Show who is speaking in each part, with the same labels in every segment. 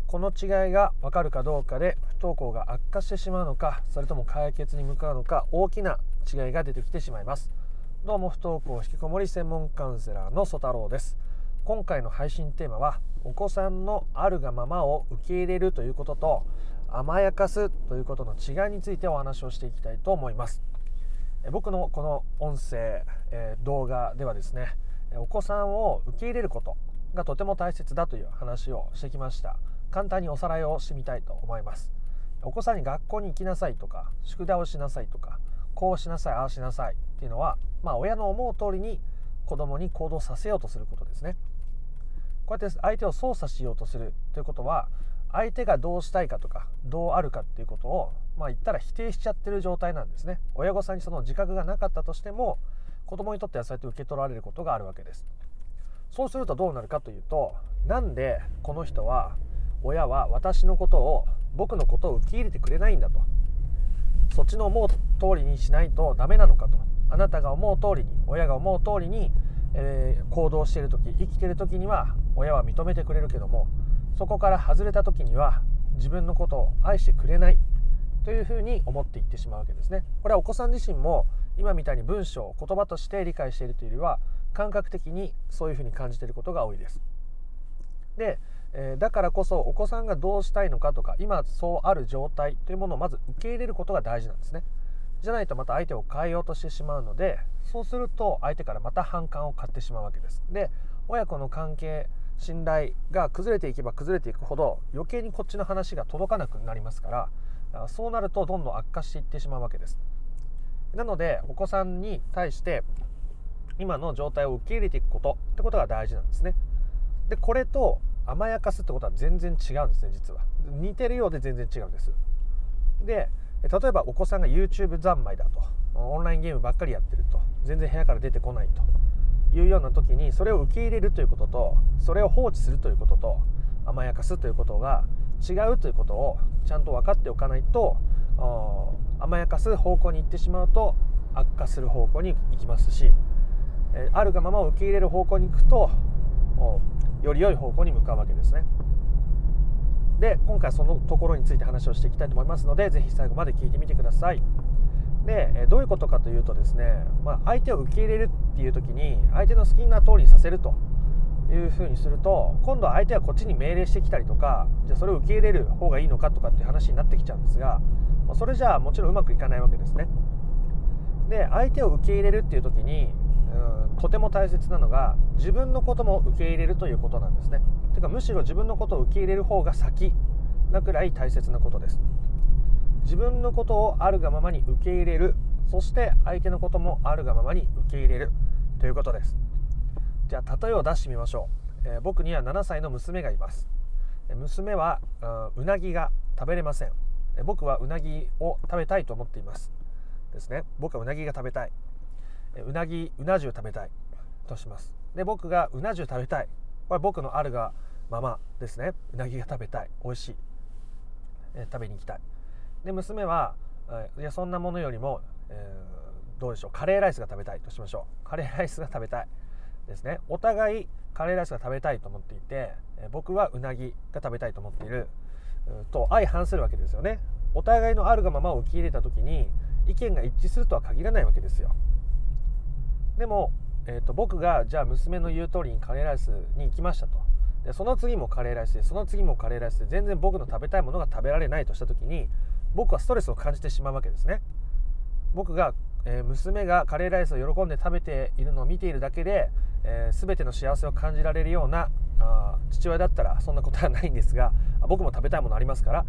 Speaker 1: この違いが分かるかどうかで不登校が悪化してしまうのか、それとも解決に向かうのか、大きな違いが出てきてしまいます。どうも、不登校引きこもり専門カウンセラーの曽太郎です。今回の配信テーマは、お子さんのあるがままを受け入れるということと甘やかすということの違いについてお話をしていきたいと思います。僕のこの音声、動画ではですね、お子さんを受け入れることがとても大切だという話をしてきました。簡単におさらいをしてみたいと思います。お子さんに学校に行きなさいとか、宿題をしなさいとか、こうしなさい、ああしなさいっていうのは、親の思う通りに子供に行動させようとすることですね。こうやって相手を操作しようとするということは、相手がどうしたいかとかどうあるかっていうことを言ったら否定しちゃってる状態なんですね。親御さんにその自覚がなかったとしても、子供にとってはそうやって受け取られることがあるわけです。そうするとどうなるかというと、なんでこの人は、親は私のことを、僕のことを受け入れてくれないんだと、そっちの思う通りにしないとダメなのかと、あなたが思う通りに、親が思う通りに、行動している時、生きている時には親は認めてくれるけども、そこから外れた時には自分のことを愛してくれないというふうに思っていってしまうわけですね。これはお子さん自身も今みたいに文章、言葉として理解しているというよりは、感覚的にそういうふうに感じていることが多いです。で、だからこそお子さんがどうしたいのかとか、今そうある状態というものをまず受け入れることが大事なんですね。じゃないとまた相手を変えようとしてしまうので、そうすると相手からまた反感を買ってしまうわけです。で、親子の関係、信頼が崩れていけば崩れていくほど、余計にこっちの話が届かなくなりますから、そうなるとどんどん悪化していってしまうわけです。なので、お子さんに対して今の状態を受け入れていくことってことが大事なんですね。で、これと甘やかすってことは全然違うんですね。実は似てるようで全然違うんです。で、例えばお子さんが YouTube 三昧だと、オンラインゲームばっかりやってると、全然部屋から出てこないというような時に、それを受け入れるということと、それを放置するということと、甘やかすということが違うということをちゃんと分かっておかないと、甘やかす方向に行ってしまうと悪化する方向に行きますし、あるがままを受け入れる方向に行くとより良い方向に向かうわけですね。で、今回そのところについて話をしていきたいと思いますので、ぜひ最後まで聞いてみてください。で、どういうことかというとですね、相手を受け入れるっていう時に、相手の好きな通りにさせるというふうにすると、今度は相手はこっちに命令してきたりとか、じゃあそれを受け入れる方がいいのかとかっていう話になってきちゃうんですが、それじゃあもちろんうまくいかないわけですね。で、相手を受け入れるっていう時に、とても大切なのが、自分のことも受け入れるということなんですね。てか、むしろ自分のことを受け入れる方が先なくらい大切なことです。自分のことをあるがままに受け入れる、そして相手のこともあるがままに受け入れるということです。じゃあ例えを出してみましょう。僕には7歳の娘がいます。娘はうなぎが食べれません。僕はうなぎを食べたいと思っていますですね。僕はうなぎが食べたい、うな重食べたいとします。で、僕がうな重食べたい、これは僕のあるがままですね。うなぎが食べたい、美味しい、食べに行きたい。で、娘は、いやそんなものよりも、どうでしょう、カレーライスが食べたいとしましょう。カレーライスが食べたいですね。お互いカレーライスが食べたいと思っていて、僕はうなぎが食べたいと思っていると相反するわけですよね。お互いのあるがままを受け入れた時に、意見が一致するとは限らないわけですよ。でも、僕がじゃあ娘の言う通りにカレーライスに行きましたと。で、その次もカレーライスで、その次もカレーライスで、全然僕の食べたいものが食べられないとした時に、僕はストレスを感じてしまうわけですね。僕が、娘がカレーライスを喜んで食べているのを見ているだけで、全ての幸せを感じられるような父親だったらそんなことはないんですが、僕も食べたいものありますから、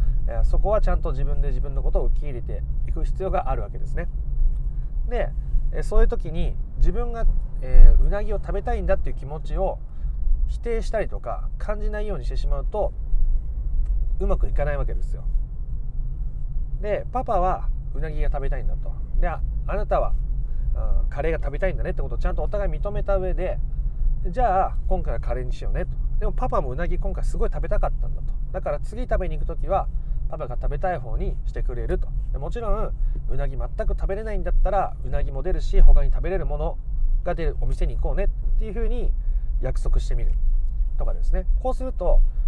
Speaker 1: そこはちゃんと自分で自分のことを受け入れていく必要があるわけですね。で、そういう時に自分が、うなぎを食べたいんだっていう気持ちを否定したりとか感じないようにしてしまうと、うまくいかないわけですよ。で、パパはうなぎが食べたいんだと。で、あなたはカレーが食べたいんだねってことをちゃんとお互い認めた上で、じゃあ今回はカレーにしようねと。でもパパもうなぎ今回すごい食べたかったんだと。だから次食べに行くときはパパが食べたい方にしてくれると。でもちろんうなぎ全く食べれないんだったら、うなぎも出るし他に食べれるものが出るお店に行こうねっていうふうに約束してみるとかですね。こうすると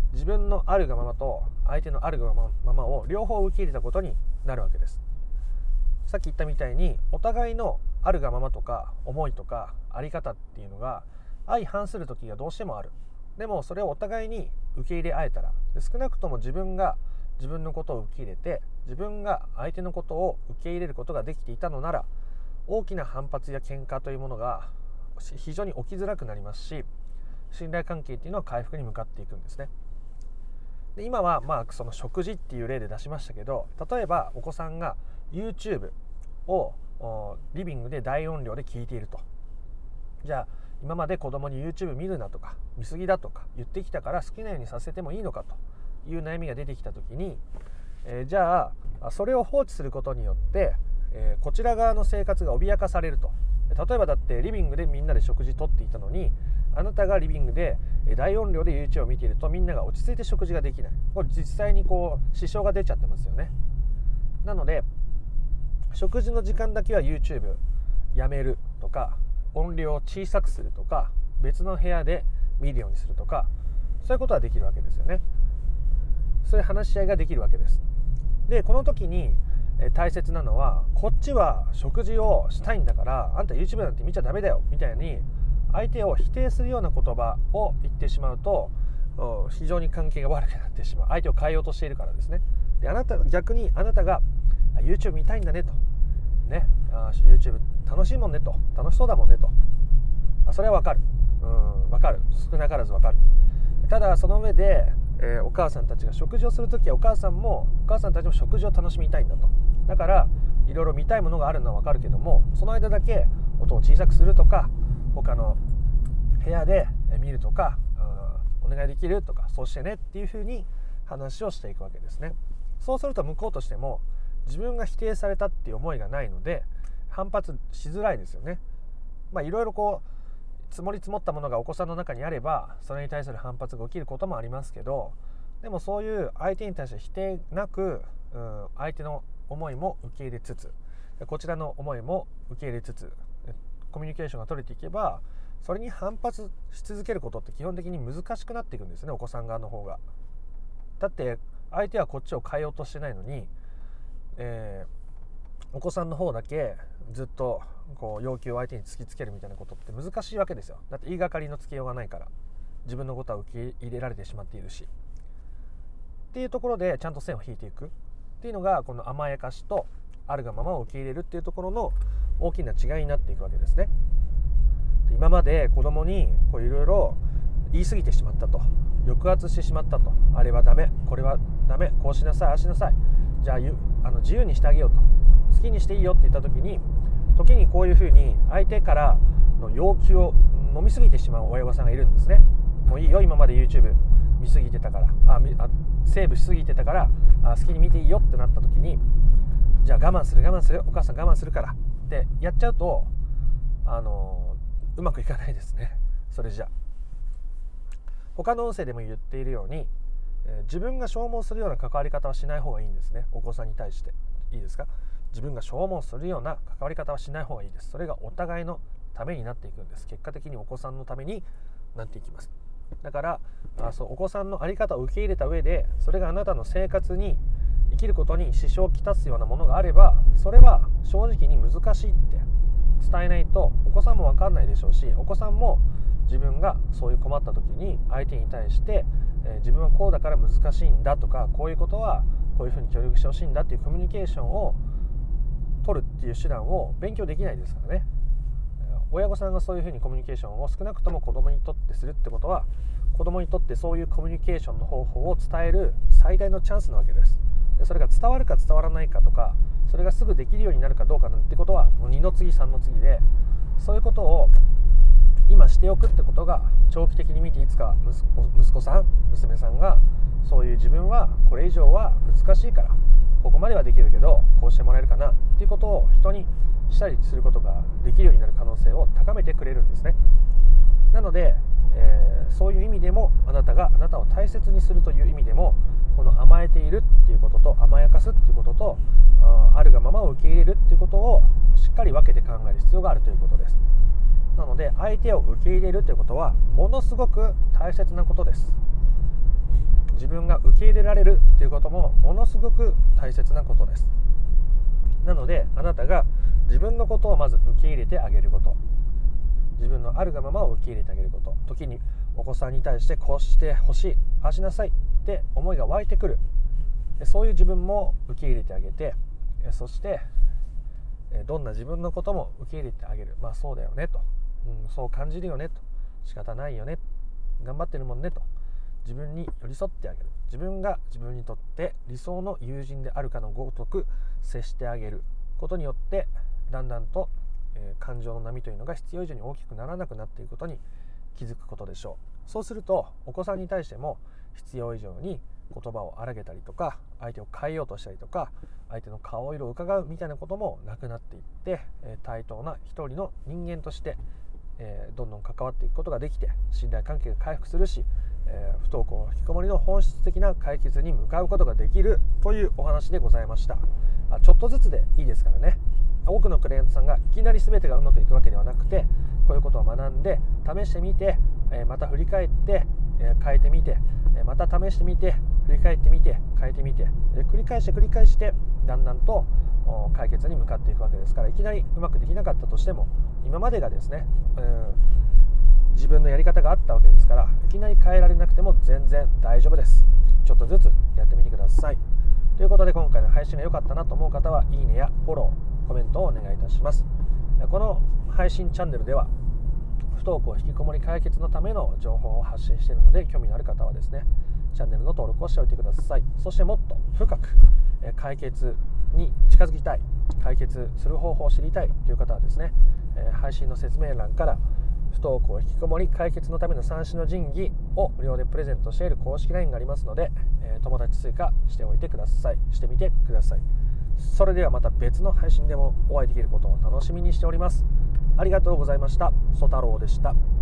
Speaker 1: 自分のあるがままと相手のあるがままを両方受け入れたことになるわけです。さっき言ったみたいにお互いのあるがままとか思いとかあり方っていうのが相反する時がどうしてもある。でもそれをお互いに受け入れ合えたら、少なくとも自分が自分のことを受け入れて、自分が相手のことを受け入れることができていたのなら、大きな反発や喧嘩というものが非常に起きづらくなりますし、信頼関係っていうのは回復に向かっていくんですね。で今はその食事っていう例で出しましたけど、例えばお子さんが YouTube をリビングで大音量で聞いていると。じゃあ今まで子供に YouTube 見るなとか見過ぎだとか言ってきたから好きなようにさせてもいいのかという悩みが出てきた時に、じゃあそれを放置することによって、こちら側の生活が脅かされると。例えばだってリビングでみんなで食事とっていたのに、あなたがリビングで大音量で YouTube を見ているとみんなが落ち着いて食事ができない。これ実際に支障が出ちゃってますよね。なので食事の時間だけは YouTube やめるとか、音量を小さくするとか、別の部屋で見るようにするとか、そういうことはできるわけですよね。そういう話し合いができるわけです。でこの時に大切なのは、こっちは食事をしたいんだからあんた YouTube なんて見ちゃダメだよみたいに相手を否定するような言葉を言ってしまうと、非常に関係が悪くなってしまう。相手を変えようとしているからですね。で逆にあなたが YouTube 見たいんだねとね、YouTube 楽しいもんねと、楽しそうだもんねと、それは分かる、分かる、少なからず分かる。ただその上で、お母さんたちが食事をするときはお母さんたちも食事を楽しみたいんだと。だからいろいろ見たいものがあるのは分かるけども、その間だけ音を小さくするとか、他の部屋で見るとか、お願いできるとか、そうしてねっていうふうに話をしていくわけですね。そうすると向こうとしても自分が否定されたっていう思いがないので反発しづらいですよね。いろいろ積もり積もったものがお子さんの中にあれば、それに対する反発が起きることもありますけど、でもそういう相手に対して否定なく、相手の思いも受け入れつつ、こちらの思いも受け入れつつ、コミュニケーションが取れていけば、それに反発し続けることって基本的に難しくなっていくんですね、お子さん側の方が。だって相手はこっちを変えようとしてないのに、お子さんの方だけずっと要求を相手に突きつけるみたいなことって難しいわけですよ。だって言いがかりのつけようがないから、自分のことは受け入れられてしまっているしっていうところで、ちゃんと線を引いていくっていうのが、この甘やかしとあるがままを受け入れるっていうところの大きな違いになっていくわけですね。で今まで子供にいろいろ言い過ぎてしまったと、抑圧してしまったと、あれはダメ、これはダメ、こうしなさい、ああしなさい、じゃあ自由にしてあげようと、好きにしていいよって言った時に、時にこういうふうに相手からの要求を飲み過ぎてしまう親御さんがいるんですね。もういいよ、今まで YouTube 見過ぎてたから、セーブしすぎてたから好きに見ていいよってなった時に、じゃあ我慢する、お母さん我慢するからってやっちゃうとうまくいかないですね。それじゃ他の音声でも言っているように、自分が消耗するような関わり方はしない方がいいんですね。お子さんに対していいですか？自分が消耗するような関わり方はしない方がいいです。それがお互いのためになっていくんです。結果的にお子さんのためになっていきます。だからお子さんの在り方を受け入れた上で、それがあなたの生活に生きることに支障をきたすようなものがあれば、それは正直に難しいって伝えないとお子さんも分かんないでしょうし、お子さんも自分がそういう困った時に相手に対して、自分はこうだから難しいんだとか、こういうことはこういうふうに協力してほしいんだっていうコミュニケーションを取るっていう手段を勉強できないですからね。親御さんがそういうふうにコミュニケーションを少なくとも子供にとってするってことは、子供にとってそういうコミュニケーションの方法を伝える最大のチャンスなわけです。でそれが伝わるか伝わらないかとか、それがすぐできるようになるかどうかなんてことはもう2の次3の次で、そういうことを今しておくってことが、長期的に見ていつか息子さん娘さんがそういう自分はこれ以上は難しいからここまではできるけどこうしてもらえるかなっていうことを人にしたりすることができるようになる可能性を高めてくれるんですね。なので、そういう意味でもあなたを大切にするという意味でも、この甘えているっていうことと甘やかすっていうことと、あるがままを受け入れるっていうことをしっかり分けて考える必要があるということです。なので相手を受け入れるということはものすごく大切なことです。 自分が受け入れられるということもものすごく大切なことです。なのであなたが自分のことをまず受け入れてあげること、自分のあるがままを受け入れてあげること、時にお子さんに対してこうしてほしい、ああしなさいって思いが湧いてくる、そういう自分も受け入れてあげて、そしてどんな自分のことも受け入れてあげる。そうだよねと、そう感じるよねと、仕方ないよね、頑張ってるもんねと、自分に寄り添ってあげる。自分が自分にとって理想の友人であるかのごとく接してあげることによって、だんだんと、感情の波というのが必要以上に大きくならなくなっていくことに気づくことでしょう。そうするとお子さんに対しても必要以上に言葉を荒げたりとか、相手を変えようとしたりとか、相手の顔色を伺うみたいなこともなくなっていって、対等な一人の人間として、どんどん関わっていくことができて、信頼関係が回復するし、不登校引きこもりの本質的な解決に向かうことができるというお話でございました。ちょっとずつでいいですからね。多くのクライアントさんがいきなり全てがうまくいくわけではなくて、こういうことを学んで試してみて、また振り返って変えてみて、また試してみて振り返ってみて変えてみて、繰り返してだんだんと解決に向かっていくわけですから、いきなりうまくできなかったとしても、今までがですね、自分のやり方があったわけですから、いきなり変えられなくても全然大丈夫です。ちょっとずつやってみてください。ということで、今回の配信が良かったなと思う方はいいねやフォロー、コメントをお願いいたします。この配信チャンネルでは不登校引きこもり解決のための情報を発信しているので、興味のある方はですね、チャンネルの登録をしておいてください。そしてもっと深く解決に近づきたい、解決する方法を知りたいという方はですね、配信の説明欄から不登校引きこもり解決のための三種の神器を無料でプレゼントしている公式 LINE がありますので、友達追加しておいてください。してみてください。それではまた別の配信でもお会いできることを楽しみにしております。ありがとうございました。ソ太郎でした。